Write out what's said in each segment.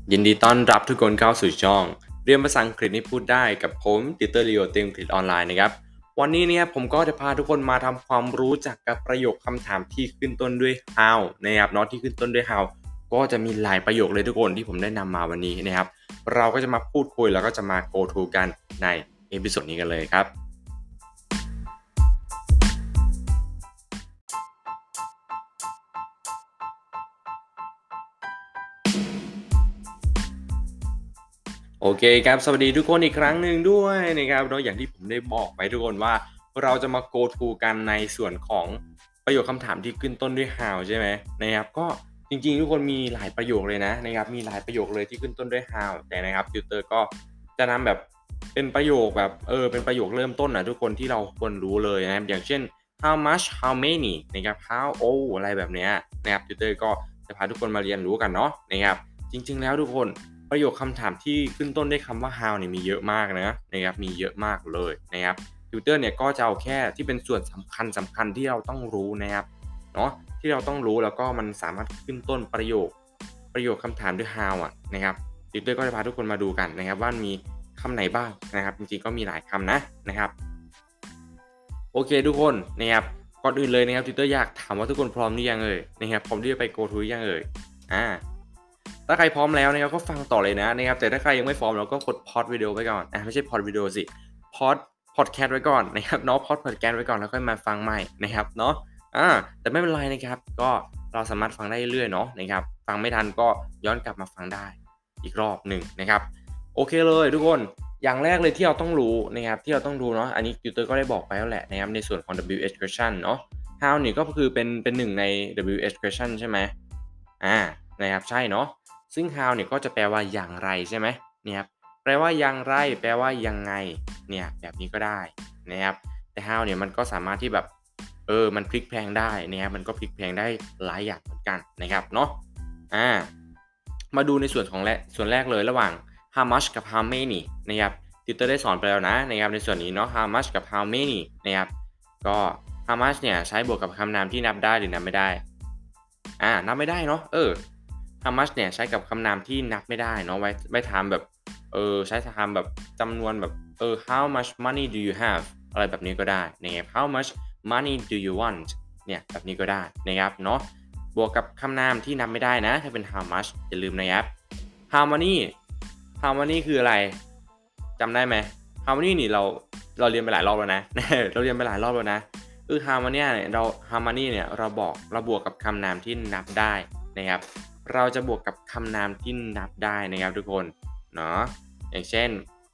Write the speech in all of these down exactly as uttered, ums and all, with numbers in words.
ยินดีต้อนรับทุกคนเข้าสู่ช่องเรียนภาษาอังกฤษให้พูดได้กับผมติวเตอร์ลีโอเตรียมอังกฤษออนไลน์นะครับวันนี้เนี่ยผมก็จะพาทุกคนมาทำความรู้จักกับประโยคคำถามที่ขึ้นต้นด้วย how นะครับเนาะที่ขึ้นต้นด้วย how ก็จะมีหลายประโยคเลยทุกคนที่ผมได้นำมาวันนี้นะครับเราก็จะมาพูดคุยแล้วก็จะมา go to กันในเอพิโซดนี้กันเลยครับโอเคครับสวัสดีทุกคนอีกครั้งหนึ่งด้วยนะครับเนาะอย่างที่ผมได้บอกไปทุกคนว่าเราจะมา go to กันในส่วนของประโยคคำถามที่ขึ้นต้นด้วย how ใช่ไหมนะครับก็จริงๆทุกคนมีหลายประโยคเลยนะนะครับมีหลายประโยคเลยที่ขึ้นต้นด้วย how แต่นะครับติวเตอร์ก็จะนำแบบเป็นประโยคแบบเออเป็นประโยคเริ่มต้นนะทุกคนที่เราควรรู้เลยนะครับอย่างเช่น how much how many นะครับ how old อะไรแบบเนี้ยนะครับติวเตอร์ก็จะพาทุกคนมาเรียนรู้กันเนาะนะครับจริงๆแล้วทุกคนประโยคคำถามที่ขึ้นต้นด้วยคำว่า how เนี่ยมีเยอะมากนะนะครับมีเยอะมากเลยนะครับติวเตอร์เนี่ยก็จะเอาแค่ที่เป็นส่วนสำคัญสำคัญที่เราต้องรู้นะครับเนาะที่เราต้องรู้แล้วก็มันสามารถขึ้นต้นประโยคประโยคคำถามด้วย how อ่ะนะครับติวเตอร์ก็จะพาทุกคนมาดูกันนะครับว่ามีคำไหนบ้างนะครับจริงๆก็มีหลายคำนะนะครับโอเคทุกคนนะครับก่อนอื่นเลยนะครับติวเตอร์อยากถามว่าทุกคนพร้อมหรือยังเอ่ยนะครับพร้อมที่จะไป go to หรือยังเอ่ยอ่า ถ้าใครพร้อมแล้วนะครับก็ฟังต่อเลยนะนะครับแต่ถ้าใครยังไม่พร้อมเราก็กดพอดวิดีโอไว้ก่อนอ่ะไม่ใช่พอดวิดีโอสิพอดพอดแคสต์ไว้ก่อนนะครับเนาะพอดพอดแคสต์ไว้ก่อนแล้วค่อยมาฟังใหม่นะครับเนาะอ่าแต่ไม่เป็นไรนะครับก็เราสามารถฟังได้เรื่อยๆเนาะนะครับฟังไม่ทันก็ย้อนกลับมาฟังได้อีกรอบหนึ่งนะครับโอเคเลยทุกคนอย่างแรกเลยที่เราต้องรู้นะครับที่เราต้องรู้เนาะอันนี้ติวเตอร์ก็ได้บอกไปแล้วแหละนะครับในส่วนของ ดับเบิลยู เอช question เนาะ how นี่ก็คือเป็นเป็นหนึ่งใน ดับเบิลยู เอช question ใช่ไหมอ่านะครับใช่เนาะ ซึ่ง how เนี่ยก็จะแปลว่าอย่างไรใช่ไหมเนี่ยครับแปลว่าอย่างไรแปลว่ายังไงเนี่ยแบบนี้ก็ได้นะครับแต่ how เนี่ยมันก็สามารถที่แบบเออมันพลิกแพลงได้นะครับมันก็พลิกแพลงได้หลายอย่างเหมือนกันนะครับเนาะอ่ามาดูในส่วนของแรกส่วนแรกเลยระหว่าง how much กับ how many นะครับติวเตอร์ได้สอนไปแล้วนะนะครับในส่วนนี้เนาะ how much กับ how many นะครับก็ how much เนี่ยใช้บวกกับคำนามที่นับได้หรือนับไม่ได้อ่านับไม่ได้เนาะเออ how much เนี่ยใช้กับคำนามที่นับไม่ได้เนาะไว้ไว้ถามแบบเออใช้ถามแบบจำนวนแบบเออ how much money do you have อะไรแบบนี้ก็ได้นะครับ how much money do you want เนี่ยแบบนี้ก็ได้นะครับเนาะบวกกับคำนามที่นับไม่ได้นะถ้าเป็น how much อย่าลืมนะครับ how many how many คืออะไรจำได้ไหม how many นี่เราเราเรียนไปหลายรอบแล้วนะ เราเรียนไปหลายรอบแล้วนะคือ how many เนี่ยเรา how many เนี่ยเราบอกเราบวกกับคำนามที่นับได้นะครับเราจะบวกกับคำนามที่นับได้นะครับทุกคนเนาะอย่างเช่น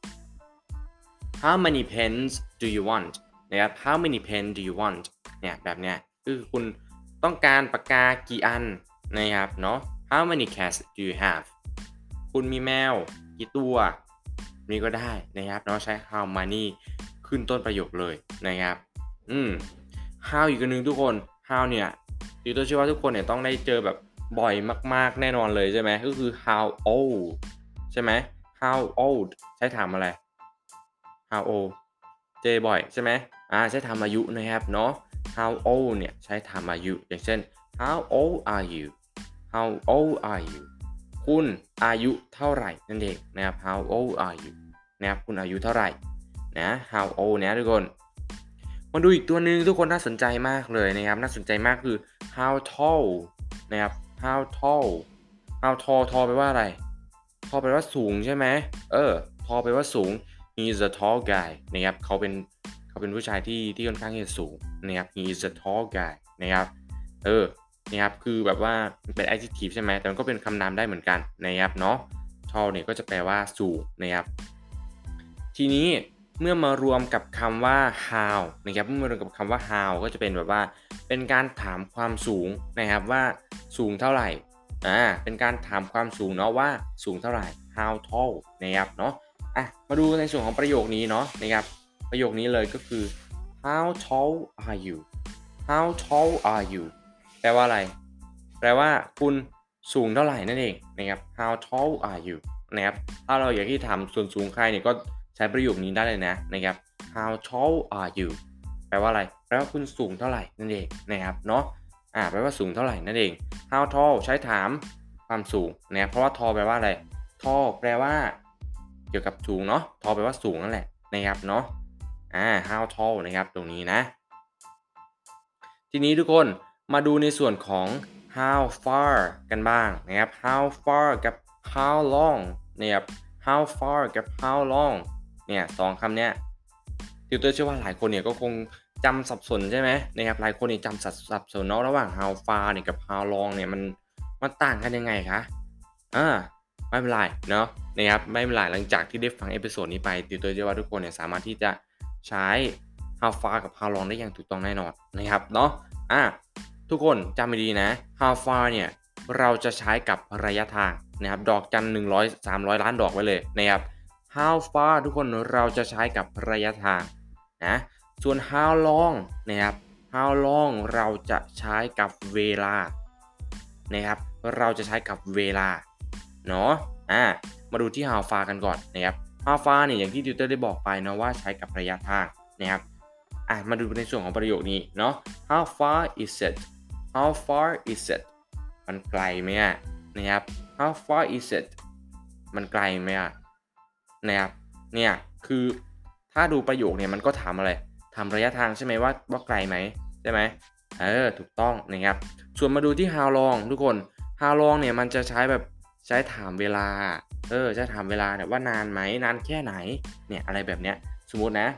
how many pens do you want นะครับ how many pens do you want เนี่ยแบบเนี้ยคือคุณต้องการปากกากี่อันนะครับเนาะ how many cats do you have คุณมีแมวกี่ตัวนี่ก็ได้นะครับเนาะใช้ how many ขึ้นต้นประโยคเลยนะครับอืม how อีกอันหนึ่งทุกคน how เนี่ยติวเตอร์เชื่อว่าทุกคนเนี่ยต้องได้เจอแบบบ่อยมากๆแน่นอนเลยใช่ไหมก็คือ how old ใช่ไหม how old ใช้ถามอะไร how old เจอบ่อยใช่ไหมอ่าใช้ถามอายุนะครับเนาะ how old เนี่ยใช้ถามอายุอย่างเช่น how old are you how old are you คุณอายุเท่าไหร่นั่นเองนะครับ how old are you นะครับคุณอายุเท่าไหร่นะ how old นะทุกคนมาดูอีกตัวหนึ่งทุกคนน่าสนใจมากเลยนะครับน่าสนใจมากคือ how tall นะครับ how tall how tall tall แปลว่าอะไร tall แปลว่าสูงใช่ไหมเออ tall แปลว่าสูง he is a tall guy นะครับเขาเป็นเขาเป็นผู้ชายที่ที่ค่อนข้างจะสูงนะครับ he is a tall guy นะครับเออนะครับคือแบบว่าเป็น adjective ใช่ไหมแต่มันก็เป็นคำนามได้เหมือนกันนะครับเนาะ tall เนี่ยก็จะแปลว่าสูงนะครับทีนี้เมื่อมารวมกับคำว่า how นะครับเมื่อมารวมกับคำว่า how ก็จะเป็นแบบว่าเป็นการถามความสูงนะครับว่าสูงเท่าไหร่อ่าเป็นการถามความสูงเนาะว่าสูงเท่าไหร่ how tall นะครับเนาะอ่ะมาดูในส่วนของประโยคนี้เนาะนะครับประโยคนี้เลยก็คือ how tall are you how tall are you แปลว่าอะไรแปลว่าคุณสูงเท่าไหร่นั่นเองนะครับ how tall are you นะครับถ้าเราอยากที่ถามส่วนสูงใครเนี่ยก็ใช้ประโยคนี้ได้เลยนะนะครับ how tall are you แปลว่าอะไรแปลว่าคุณสูงเท่าไหร่นั่นเองนะครับเนาะอ่าแปลว่าสูงเท่าไหร่นั่นเอง how tall ใช้ถามความสูงนะครับเพราะว่า tall แปลว่าอะไร tall แปลว่าเกี่ยวกับสูงเนาะ tall แปลว่าสูงนั่นแหละนะครับเนาะอ่า how tall นะครับตรงนี้นะทีนี้ทุกคนมาดูในส่วนของ how far กันบ้างนะครับ how far กับ how long นะครับ how far กับ how long เนี่ยสองคำเนี้ยติวเตอร์เชื่อว่าหลายคนเนี่ยก็คงจำสับสนใช่ไหมนะครับหลายคนเนี่ยจำสับสนเนาะระหว่าง how far เนี่ยกับ how long เนี่ยมันมันต่างกันยังไงคะอ่าไม่เป็นไรเนาะนะครับไม่เป็นไรหลังจากที่ได้ฟังเอพิโซดนี้ไปติวเตอร์เชื่อว่าทุกคนเนี่ยสามารถที่จะใช้ how far กับ how long ได้อย่างถูกต้องแน่นอนนะครับเนาะอ่ะทุกคนจำให้ดีนะ how far เนี่ยเราจะใช้กับระยะทางนะครับดอกจันหนึ่งร้อย สามร้อยล้านดอกไว้เลยนะครับ how far ทุกคนเราจะใช้กับระยะทางนะส่วน how long นะครับ how long เราจะใช้กับเวลานะครับเราจะใช้กับเวลาเนาะอ่ะมาดูที่ how far กันก่อนนะครับ how far เนี่ยอย่างที่ติวเตอร์ได้บอกไปนะว่าใช้กับระยะทางนะครับอ่ะมาดูในส่วนของประโยคนี้เนาะ how far is it how far is it มันไกลไหมอ่ะนะครับ how far is it มันไกลไหมอ่ะนะครับเนี่ยคือถ้าดูประโยคเนี่ยมันก็ถามอะไรถามระยะทางใช่ไหมว่าว่าไกลไหมใช่ไหมเออถูกต้องนะครับส่วนมาดูที่ how long ทุกคน how long เนี่ยมันจะใช้แบบใช้ถามเวลาเออใช้ถามเวลาเนี่ยว่านานไหมนานแค่ไหนเนี่ยอะไรแบบเนี้ยสมมุตินะ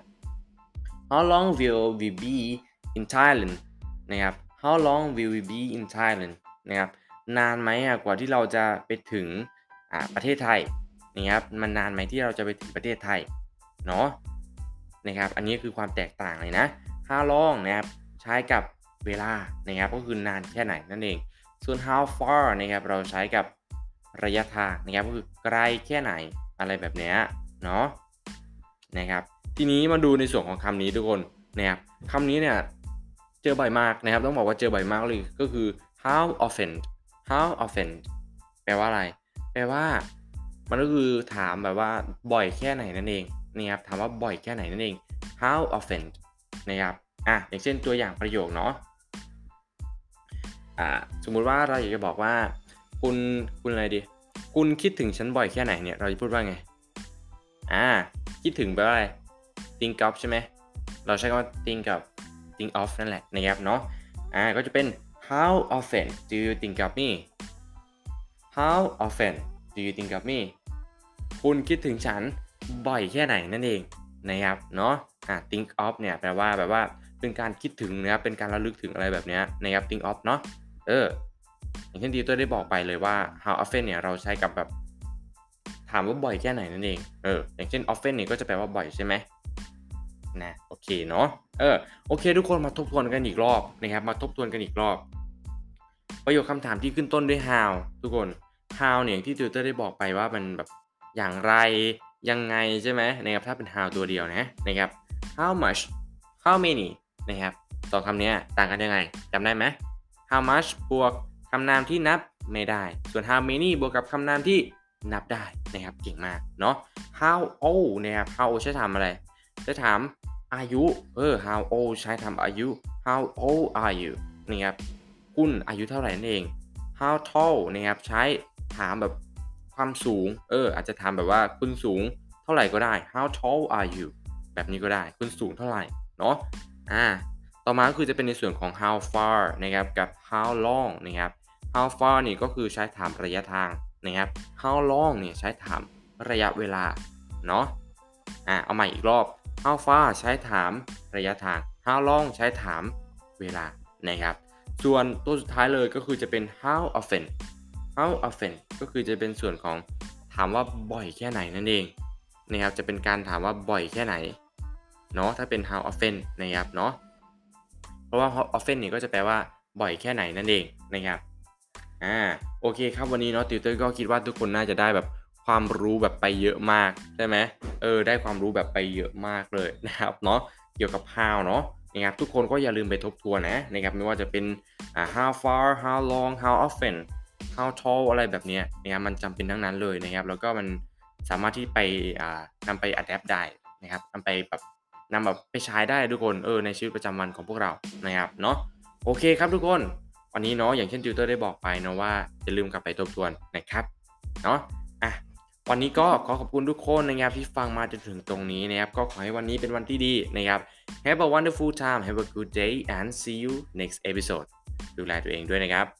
how long will we be in Thailand นะครับ how long will we be in Thailand นะครับนานไหมอ่ะกว่าที่เราจะไปถึงอ่าประเทศไทยนะครับมันนานไหมที่เราจะไปถึงประเทศไทยเนาะนะครับอันนี้คือความแตกต่างเลยนะ how long นะครับใช้กับเวลานะครับก็คือนานแค่ไหนนั่นเองส่วน how far นะครับเราใช้กับระยะทางนะครับก็คือไกลแค่ไหนอะไรแบบเนี้ยเนาะนะครับทีนี้มาดูในส่วนของคำนี้ทุกคนนะครับคำนี้เนี่ยเจอบ่อยมากนะครับต้องบอกว่าเจอบ่อยมากเลยก็คือ how often how often แปลว่าอะไรแปลว่ามันก็คือถามแบบว่าบ่อยแค่ไหนนั่นเองนะครับถามว่าบ่อยแค่ไหนนั่นเอง how often นะครับอ่ะอย่างเช่นตัวอย่างประโยคเนาะอ่าสมมุติว่าเราอยากจะบอกว่าคุณคุณอะไรดีคุณคิดถึงฉันบ่อยแค่ไหนเนี่ยเราจะพูดว่าไงอ่าคิดถึงแปลว่าอะไร think of ใช่ไหมเราใช้คำว่า think of think of นั่นแหละนะครับเนาะอ่าก็จะเป็น how often do you think of me how often do you think of me คุณคิดถึงฉันบ่อยแค่ไหนนั่นเองนะครับเนาะอ่า think of เนี่ยแปลว่าแบบว่าเป็นการคิดถึงนะครับเป็นการระลึกถึงอะไรแบบนี้นะครับ think of เนาะเอออย่างเช่นดีตัวได้บอกไปเลยว่า how often เนี่ยเราใช้กับแบบถามว่าบ่อยแค่ไหนนั่นเองเอออย่างเช่น often เนี่ยก็จะแปลว่าบ่อยใช่ไหมนะโอเคเนาะเออโอเคทุกคนมาทบทวนกันอีกรอบนะครับมาทบทวนกันอีกรอบประโยคคำถามที่ขึ้นต้นด้วย how ทุกคน how เนี่ยที่ติวเตอร์ได้บอกไปว่ามันแบบอย่างไรยังไงใช่ไหมนะครับถ้าเป็น how ตัวเดียวนะนะครับ how much how many นะครับสองคำนี้ต่างกันยังไงจำได้ไหม how much บวกคำนามที่นับไม่ได้ส่วน how many บวกกับคำนามที่นับได้นะครับเก่งมากเนาะ how old นะครับ how old ใช้ถามอะไรใช้ถามอายุเออ how old ใช้ถามอายุ how old are you นะครับคุณอายุเท่าไหร่นั่นเอง how tall นะครับใช้ถามแบบความสูงเอออาจจะถามแบบว่าคุณสูงเท่าไหร่ก็ได้ how tall are you แบบนี้ก็ได้คุณสูงเท่าไหร่เนาะอ่าต่อมาก็คือจะเป็นในส่วนของ how far นะครับกับ how long นะครับ how far นี่ก็คือใช้ถามระยะทางนะครับ how long เนี่ยใช้ถามระยะเวลาเนาะอ่าเอาใหม่อีกรอบ how far ใช้ถามระยะทาง how long ใช้ถามเวลานะครับส่วนตัวสุดท้ายเลยก็คือจะเป็น how often how often ก็คือจะเป็นส่วนของถามว่าบ่อยแค่ไหนนั่นเองนะครับจะเป็นการถามว่าบ่อยแค่ไหนเนาะถ้าเป็น how often นะครับเนาะเพราะว่า how often นี่ก็จะแปลว่าบ่อยแค่ไหนนั่นเองนะครับอ่าโอเคครับวันนี้เนาะติวเตอร์ก็คิดว่าทุกคนน่าจะได้แบบความรู้แบบไปเยอะมากใช่ไหมเออได้ความรู้แบบไปเยอะมากเลยนะครับเนาะเกี่ยวกับ how เนาะนะครับทุกคนก็อย่าลืมไปทบทวนนะนะครับไม่ว่าจะเป็นอ่า how far how long how often how tall อะไรแบบนี้นะครับมันจำเป็นทั้งนั้นเลยนะครับแล้วก็มันสามารถที่ไปอ่านำไป adapt ได้นะครับนำไปแบบนำแบบไปใช้ได้ทุกคนเออในชีวิตประจำวันของพวกเรานะครับเนาะโอเคครับทุกคนวันนี้เนาะอย่างเช่นติวเตอร์ได้บอกไปเนาะว่าอย่าลืมกลับไปทบทวนนะครับเนาะอ่ะวันนี้ก็ขอขอบคุณทุกคนนะครับที่ฟังมาจนถึงตรงนี้นะครับก็ขอให้วันนี้เป็นวันที่ดีนะครับ Have a wonderful time have a good day and see you next episode ดูแลตัวเองด้วยนะครับ